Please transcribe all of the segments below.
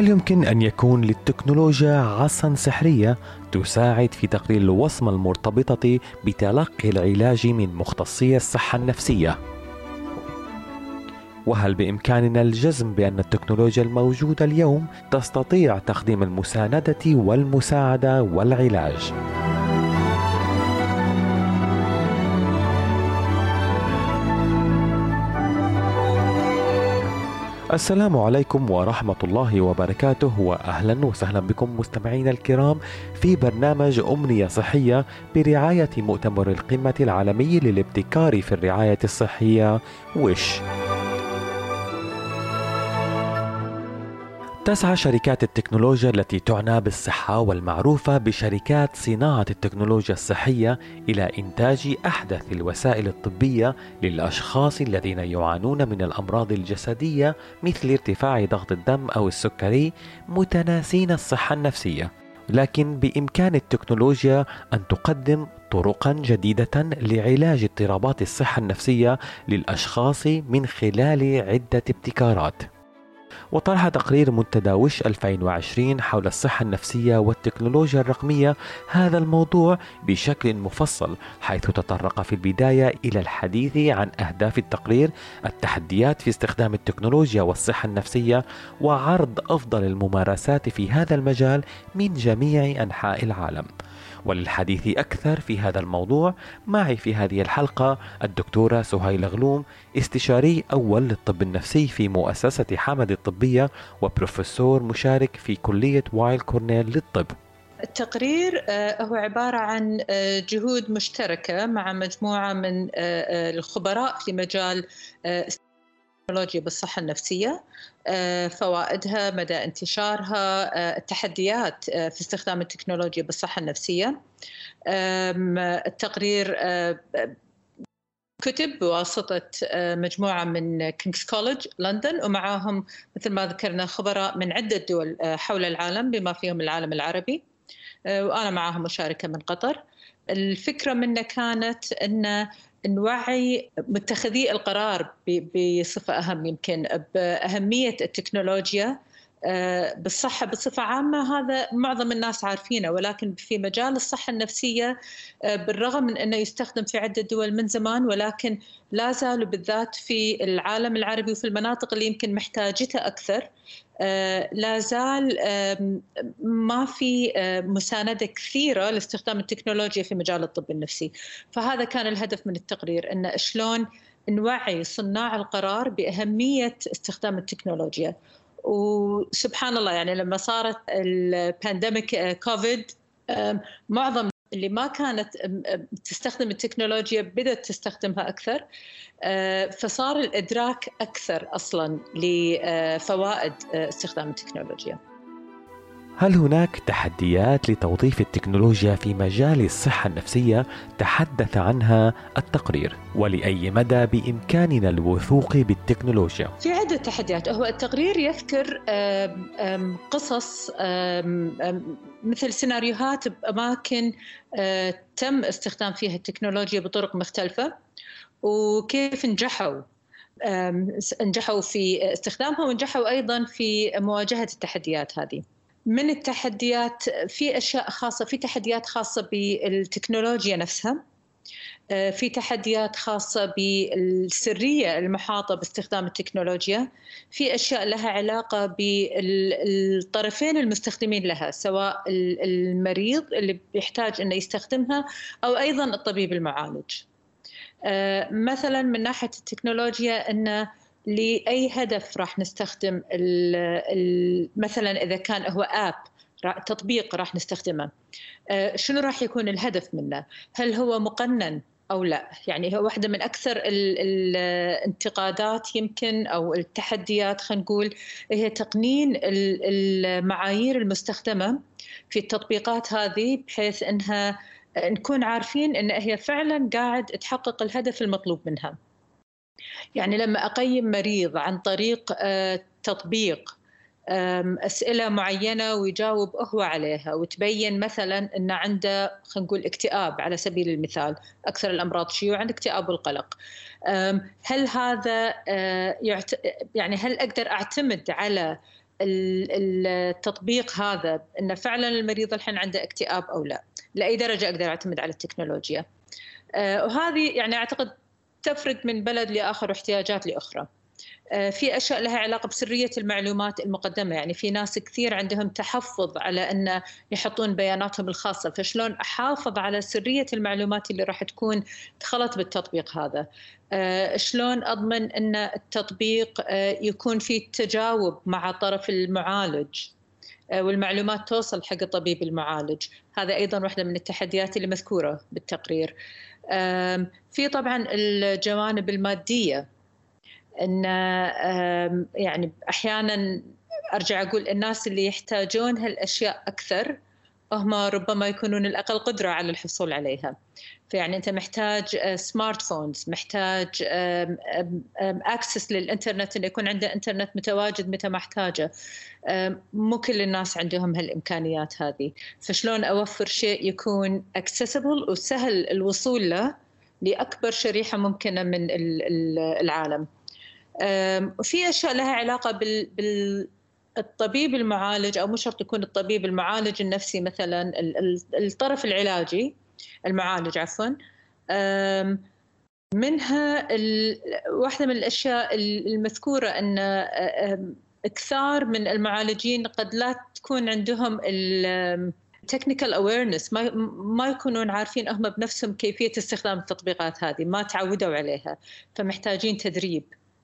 هل يمكن أن يكون للتكنولوجيا عصاً سحرية تساعد في تقليل الوصمة المرتبطة بتلقي العلاج من مختصي الصحة النفسية؟ وهل بإمكاننا الجزم بأن التكنولوجيا الموجودة اليوم تستطيع تقديم المساندة والمساعدة والعلاج؟ السلام عليكم ورحمة الله وبركاته، وأهلا وسهلا بكم مستمعينا الكرام في برنامج أمنية صحية برعاية مؤتمر القمة العالمي للابتكار في الرعاية الصحية وش. تسعى شركات التكنولوجيا التي تعنى بالصحة والمعروفة بشركات صناعة التكنولوجيا الصحية إلى إنتاج أحدث الوسائل الطبية للأشخاص الذين يعانون من الأمراض الجسدية مثل ارتفاع ضغط الدم أو السكري متناسين الصحة النفسية. لكن بإمكان التكنولوجيا أن تقدم طرقا جديدة لعلاج اضطرابات الصحة النفسية للأشخاص من خلال عدة ابتكارات. وطرح تقرير منتدى وش 2020 حول الصحة النفسية والتكنولوجيا الرقمية هذا الموضوع بشكل مفصل، حيث تطرق في البداية إلى الحديث عن أهداف التقرير، التحديات في استخدام التكنولوجيا والصحة النفسية، وعرض أفضل الممارسات في هذا المجال من جميع أنحاء العالم. وللحديث أكثر في هذا الموضوع معي في هذه الحلقة الدكتورة سهيلة غلوم، استشاري أول للطب النفسي في مؤسسة حمد الطبية وبروفيسور مشارك في كلية وايل كورنيل للطب. التقرير هو عبارة عن جهود مشتركة مع مجموعة من الخبراء في مجال التكنولوجيا بالصحة النفسية، فوائدها، مدى انتشارها، التحديات في استخدام التكنولوجيا بالصحة النفسية. التقرير كتب بواسطة مجموعة من كينغز كوليدج لندن، ومعهم مثل ما ذكرنا خبراء من عدة دول حول العالم بما فيهم العالم العربي، وأنا معهم مشاركة من قطر. الفكرة منه كانت أن نوعي متخذي القرار بصفة أهم يمكن بأهمية التكنولوجيا بالصحة بصفة عامة. هذا معظم الناس عارفينه، ولكن في مجال الصحة النفسية بالرغم من أنه يستخدم في عدة دول من زمان، ولكن لا زال بالذات في العالم العربي وفي المناطق اللي يمكن محتاجته أكثر لا زال ما في مساندة كثيرة لاستخدام التكنولوجيا في مجال الطب النفسي. فهذا كان الهدف من التقرير، أن شلون نوعي صناع القرار بأهمية استخدام التكنولوجيا. وسبحان الله يعني لما صارت البانديميك كوفيد، معظم اللي ما كانت تستخدم التكنولوجيا بدأت تستخدمها أكثر، فصار الإدراك أكثر أصلاً لفوائد استخدام التكنولوجيا. هل هناك تحديات لتوظيف التكنولوجيا في مجال الصحة النفسية تحدث عنها التقرير؟ ولأي مدى بإمكاننا الوثوق بالتكنولوجيا؟ في عدة تحديات. هو التقرير يذكر قصص مثل سيناريوهات بأماكن تم استخدام فيها التكنولوجيا بطرق مختلفة، وكيف نجحوا في استخدامها، ونجحوا أيضاً في مواجهة التحديات هذه. من التحديات في أشياء خاصة، في تحديات خاصة بالتكنولوجيا نفسها، في تحديات خاصة بالسرية المحاطة باستخدام التكنولوجيا، في أشياء لها علاقة بالطرفين المستخدمين لها، سواء المريض اللي بيحتاج أنه يستخدمها أو أيضاً الطبيب المعالج. مثلاً من ناحية التكنولوجيا أن لأي هدف راح نستخدم مثلاً إذا كان هو تطبيق راح نستخدمه، شنو راح يكون الهدف منه؟ هل هو مقنن أو لا؟ يعني هو واحدة من أكثر الانتقادات يمكن أو التحديات، خلينا نقول، هي تقنين المعايير المستخدمة في التطبيقات هذه، بحيث أنها نكون عارفين أن هي فعلاً قاعد تحقق الهدف المطلوب منها. يعني لما أقيم مريض عن طريق تطبيق أسئلة معينة ويجاوب هو عليها، وتبين مثلاً أن عنده، خلينا نقول، اكتئاب على سبيل المثال، أكثر الأمراض شيوعاً عند الاكتئاب والقلق، هل هذا يعني هل أقدر أعتمد على التطبيق هذا أن فعلا المريض الحين عنده اكتئاب أو لا، لأي درجة أقدر أعتمد على التكنولوجيا. وهذه يعني أعتقد تفرق من بلد لآخر واحتياجات لأخرى. في أشياء لها علاقة بسرية المعلومات المقدمة، يعني في ناس كثير عندهم تحفظ على أن يحطون بياناتهم الخاصة، فشلون أحافظ على سرية المعلومات اللي راح تكون دخلت بالتطبيق هذا؟ شلون أضمن أن التطبيق يكون فيه تجاوب مع طرف المعالج والمعلومات توصل حق الطبيب المعالج؟ هذا أيضا واحدة من التحديات اللي مذكورة بالتقرير. في طبعا الجوانب المادية، أن يعني أحياناً أرجع أقول الناس اللي يحتاجون هالأشياء أكثر هم ربما يكونون الأقل قدرة على الحصول عليها. فيعني أنت محتاج سمارت فونز، محتاج أكسس للإنترنت، أن يكون عنده إنترنت متواجد متى ما احتاجه. مو كل الناس عندهم هالإمكانيات هذه، فشلون أوفر شيء يكون accessible وسهل الوصول له لأكبر شريحة ممكنة من العالم. وفي أشياء لها علاقة بالطبيب المعالج، أو مش شرط يكون الطبيب المعالج النفسي، مثلا الطرف العلاجي المعالج عفوا. منها واحدة من الأشياء المذكورة أن أكثر من المعالجين قد لا تكون عندهم technical awareness، ما يكونون عارفين هم بنفسهم كيفية استخدام التطبيقات هذه، ما تعودوا عليها، فمحتاجين تدريب.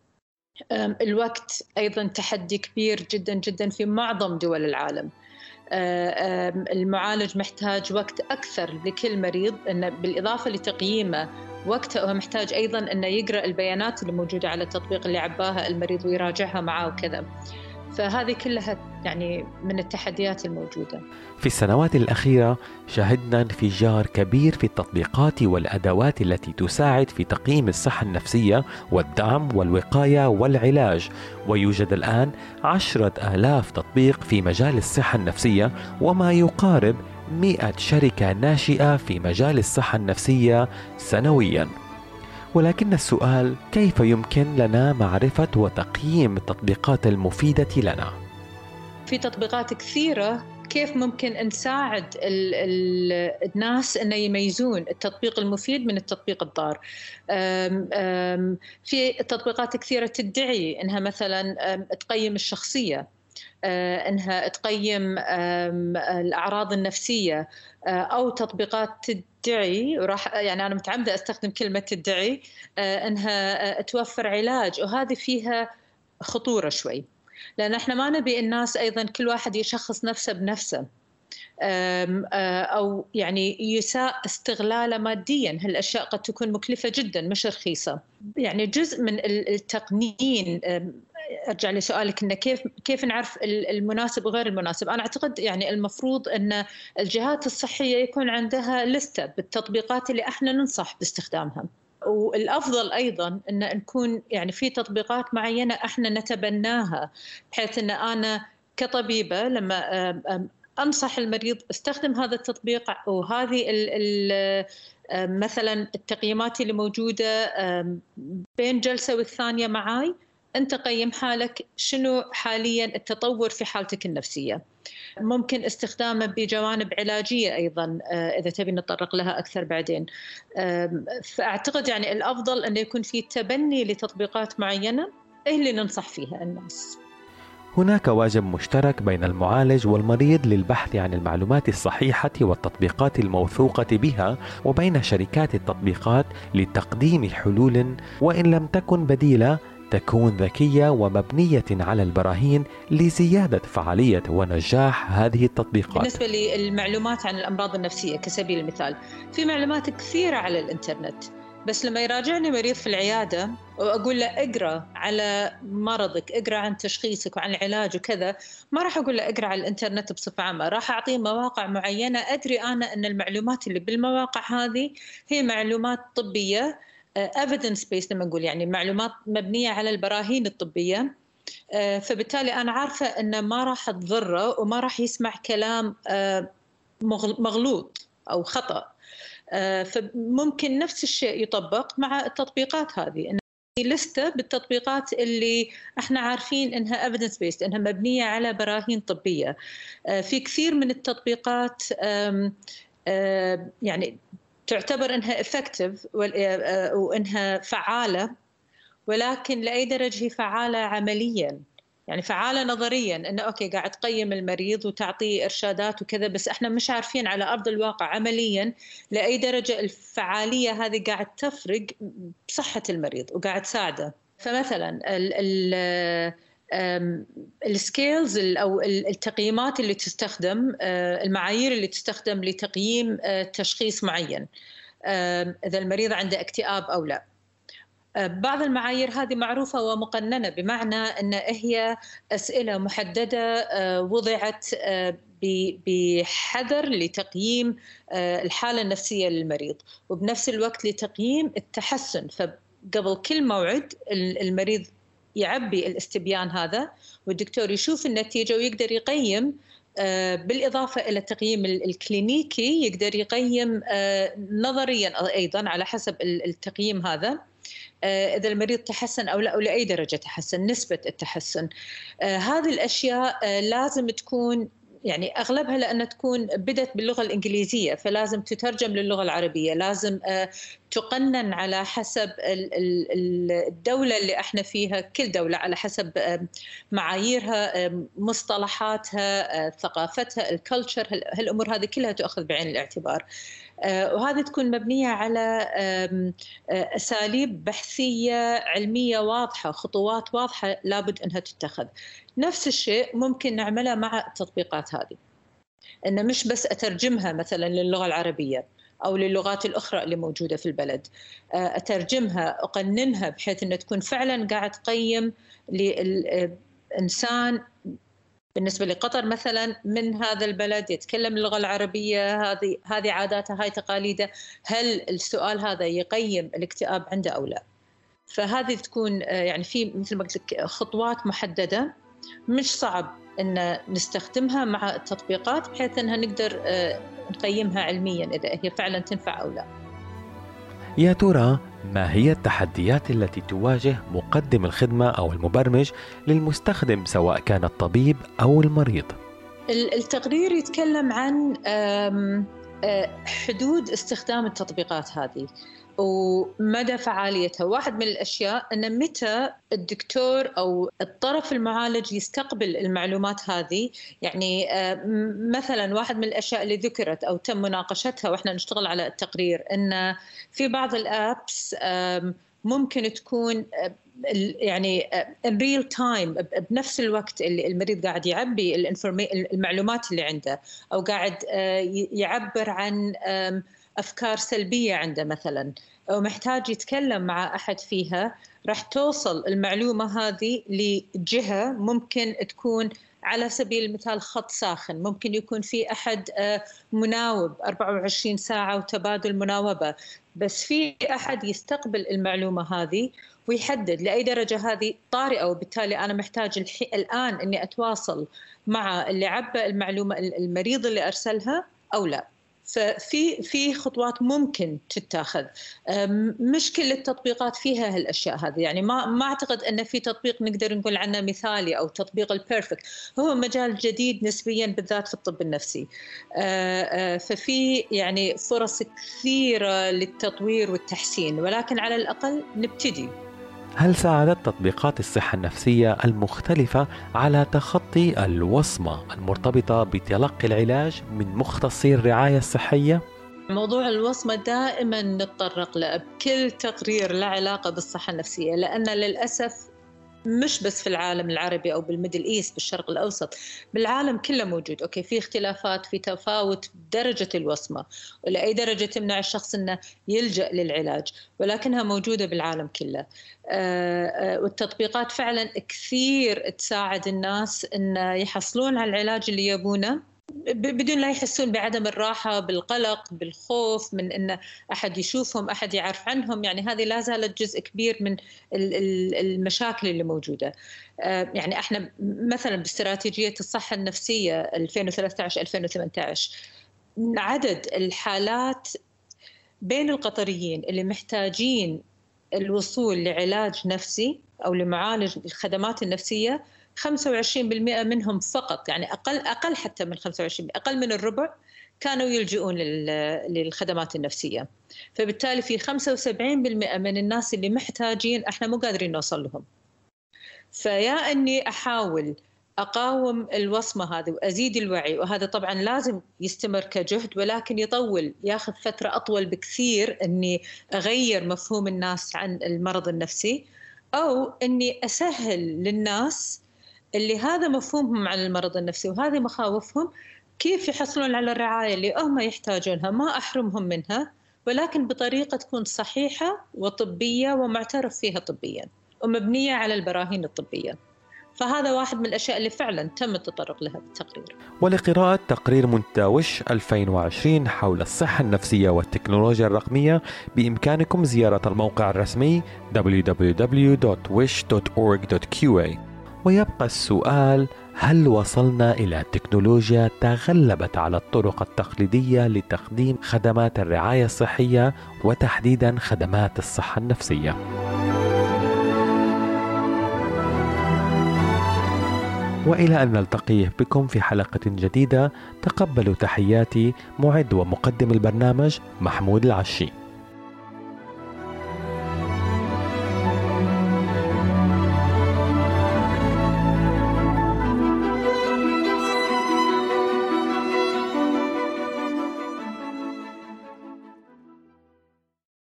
الوقت أيضاً تحدي كبير جداً جداً في معظم دول العالم. المعالج محتاج وقت أكثر لكل مريض، إنه بالإضافة لتقييمه وقته هو محتاج أيضاً إنه يقرأ البيانات اللي موجودة على التطبيق اللي عباها المريض ويراجعها معه وكذا. فهذه كلها يعني من التحديات الموجودة. في السنوات الأخيرة شهدنا انفجار كبير في التطبيقات والأدوات التي تساعد في تقييم الصحة النفسية والدعم والوقاية والعلاج، ويوجد الآن 10,000 تطبيق في مجال الصحة النفسية، وما يقارب 100 شركة ناشئة في مجال الصحة النفسية سنوياً. ولكن السؤال: كيف يمكن لنا معرفة وتقييم التطبيقات المفيدة لنا؟ في تطبيقات كثيرة، كيف ممكن نساعد الناس أن يميزون التطبيق المفيد من التطبيق الضار؟ في تطبيقات كثيرة تدعي أنها مثلا تقيم الشخصية، أنها تقيم الأعراض النفسية، أو تطبيقات تدعي، وراح يعني أنا متعمدة أستخدم كلمة تدعي، أنها توفر علاج، وهذه فيها خطورة شوي، لأن احنا ما نبي الناس أيضا كل واحد يشخص نفسه بنفسه، أو يعني يساء استغلاله ماديا. هالأشياء قد تكون مكلفة جدا مش رخيصة. يعني جزء من التقنين، أرجع لسؤالك إنه كيف نعرف المناسب وغير المناسب. أنا أعتقد يعني المفروض أن الجهات الصحية يكون عندها لستة بالتطبيقات اللي احنا ننصح باستخدامها، والأفضل أيضاً أن نكون يعني في تطبيقات معينة إحنا نتبناها، بحيث أن أنا كطبيبة لما أنصح المريض استخدم هذا التطبيق، وهذه مثلاً التقييمات اللي موجودة بين جلسة والثانية معاي، أنت قيم حالك، شنو حالياً التطور في حالتك النفسية. ممكن استخدامه بجوانب علاجية أيضاً إذا تبي نتطرق لها أكثر بعدين. فأعتقد يعني الأفضل أن يكون في تبني لتطبيقات معينة اللي ننصح فيها الناس. هناك واجب مشترك بين المعالج والمريض للبحث عن المعلومات الصحيحة والتطبيقات الموثوقة بها، وبين شركات التطبيقات لتقديم حلول وإن لم تكن بديلة تكون ذكية ومبنية على البراهين لزيادة فعالية ونجاح هذه التطبيقات. بالنسبة للمعلومات عن الأمراض النفسية كسبيل المثال، في معلومات كثيرة على الإنترنت، بس لما يراجعني مريض في العيادة وأقول له اقرأ على مرضك، اقرأ عن تشخيصك وعن العلاج وكذا، ما راح أقول له اقرأ على الإنترنت بصفة عامة، راح أعطيه مواقع معينة أدري أنا أن المعلومات اللي بالمواقع هذه هي معلومات طبية evidence based، لما نقول يعني معلومات مبنية على البراهين الطبية. فبالتالي أنا عارفة أنه ما راح تضره وما راح يسمع كلام مغلوط أو خطأ. فممكن نفس الشيء يطبق مع التطبيقات هذه. لستة بالتطبيقات اللي احنا عارفين انها evidence based، انها مبنية على براهين طبية. في كثير من التطبيقات يعني تعتبر انها effective وانها فعالة، ولكن لأي درجة هي فعالة عملياً؟ يعني فعالة نظرياً إنه أوكي قاعد تقيم المريض وتعطيه إرشادات وكذا، بس إحنا مش عارفين على أرض الواقع عملياً لأي درجة الفعالية هذه قاعد تفرق بصحة المريض وقاعد تساعده. فمثلاً السكيلز أو التقييمات اللي تستخدم، المعايير اللي تستخدم لتقييم تشخيص معين، إذا المريض عنده اكتئاب أو لا. بعض المعايير هذه معروفة ومقننة، بمعنى أن هي أسئلة محددة وضعت بحذر لتقييم الحالة النفسية للمريض، وبنفس الوقت لتقييم التحسن. فقبل كل موعد المريض يعبي الاستبيان هذا، والدكتور يشوف النتيجة ويقدر يقيم، بالإضافة إلى التقييم الكلينيكي يقدر يقيم نظريا أيضا على حسب التقييم هذا إذا المريض تحسن أو لا، أو لأي درجة تحسن، نسبة التحسن. هذه الأشياء لازم تكون، يعني أغلبها لأن تكون بدت باللغة الإنجليزية، فلازم تترجم للغة العربية، لازم تقنن على حسب الدولة اللي احنا فيها، كل دولة على حسب معاييرها، مصطلحاتها، ثقافتها، الكلتشر، هالأمور هذه كلها تأخذ بعين الاعتبار. وهذه تكون مبنية على أساليب بحثية علمية واضحة، خطوات واضحة لابد أنها تتخذ. نفس الشيء ممكن نعمله مع التطبيقات هذه، أن مش بس أترجمها مثلا للغة العربية أو للغات الأخرى اللي موجودة في البلد، أترجمها، أقننها بحيث أن تكون فعلا قاعد تقيم للإنسان بالنسبة لقطر مثلا من هذا البلد يتكلم اللغة العربية، هذه عاداته، هاي تقاليده، هل السؤال هذا يقيم الاكتئاب عنده أو لا؟ فهذه تكون يعني في مثل ما قلت لك خطوات محددة، مش صعب أن نستخدمها مع التطبيقات بحيث أنها نقدر نقيمها علميا إذا هي فعلا تنفع أو لا. يا ترى ما هي التحديات التي تواجه مقدم الخدمة أو المبرمج للمستخدم سواء كان الطبيب أو المريض؟ التقرير يتكلم عن حدود استخدام التطبيقات هذه ومدى فعاليتها. واحد من الأشياء أن متى الدكتور أو الطرف المعالج يستقبل المعلومات هذه. يعني مثلا واحد من الأشياء اللي ذكرت أو تم مناقشتها وإحنا نشتغل على التقرير، أن في بعض الأبس ممكن تكون يعني in real time، بنفس الوقت اللي المريض قاعد يعبي المعلومات اللي عنده، أو قاعد يعبر عن أفكار سلبية عنده مثلا، أو محتاج يتكلم مع أحد فيها، راح توصل المعلومة هذه لجهة ممكن تكون على سبيل المثال خط ساخن، ممكن يكون في أحد مناوب 24 ساعة وتبادل مناوبة، بس في أحد يستقبل المعلومة هذه ويحدد لأي درجة هذه طارئة، وبالتالي أنا محتاج الآن أني أتواصل مع اللي عبى المعلومة، المريض اللي أرسلها أو لا. ففي خطوات ممكن تتاخذ. مش كل التطبيقات فيها هالاشياء هذه، يعني ما اعتقد ان في تطبيق نقدر نقول عنه مثالي او تطبيق البيرفكت، هو مجال جديد نسبيا بالذات في الطب النفسي. ففي يعني فرص كثيره للتطوير والتحسين، ولكن على الاقل نبتدي. هل ساعدت تطبيقات الصحة النفسية المختلفة على تخطي الوصمة المرتبطة بتلقي العلاج من مختصي الرعاية الصحية؟ موضوع الوصمة دائما نتطرق له بكل تقرير له علاقة بالصحة النفسية، لأن للأسف مش بس في العالم العربي أو بالميدل إيست، بالشرق الأوسط، بالعالم كله موجود. أوكي، في اختلافات، في تفاوت بدرجة الوصمة ولأي درجة تمنع الشخص أنه يلجأ للعلاج، ولكنها موجودة بالعالم كله. والتطبيقات فعلا كثير تساعد الناس أن يحصلون على العلاج اللي يبونه بدون لا يحسون بعدم الراحة، بالقلق، بالخوف من أن أحد يشوفهم، أحد يعرف عنهم. يعني هذه لا زالت جزء كبير من المشاكل اللي موجودة. يعني احنا مثلا باستراتيجية الصحة النفسية 2013-2018 عدد الحالات بين القطريين اللي محتاجين الوصول لعلاج نفسي أو لمعالج الخدمات النفسية 25% منهم فقط، يعني أقل حتى من 25، أقل من الربع كانوا يلجؤون للخدمات النفسية. فبالتالي في 75% من الناس اللي محتاجين احنا مو قادرين نوصل لهم. فيا أني أحاول أقاوم الوصمة هذه وأزيد الوعي، وهذا طبعا لازم يستمر كجهد، ولكن ياخذ فترة أطول بكثير أني أغير مفهوم الناس عن المرض النفسي، أو أني أسهل للناس اللي هذا مفهومهم عن المرض النفسي وهذه مخاوفهم كيف يحصلون على الرعاية اللي هم يحتاجونها، ما أحرمهم منها، ولكن بطريقة تكون صحيحة وطبية ومعترف فيها طبيا ومبنية على البراهين الطبية. فهذا واحد من الأشياء اللي فعلا تم التطرق لها بالتقرير. ولقراءة تقرير منتدى وش 2020 حول الصحة النفسية والتكنولوجيا الرقمية بإمكانكم زيارة الموقع الرسمي www.wish.org.qa. ويبقى السؤال: هل وصلنا إلى تكنولوجيا تغلبت على الطرق التقليدية لتقديم خدمات الرعاية الصحية وتحديدا خدمات الصحة النفسية؟ وإلى أن نلتقي بكم في حلقة جديدة، تقبلوا تحياتي معد ومقدم البرنامج محمود العشي.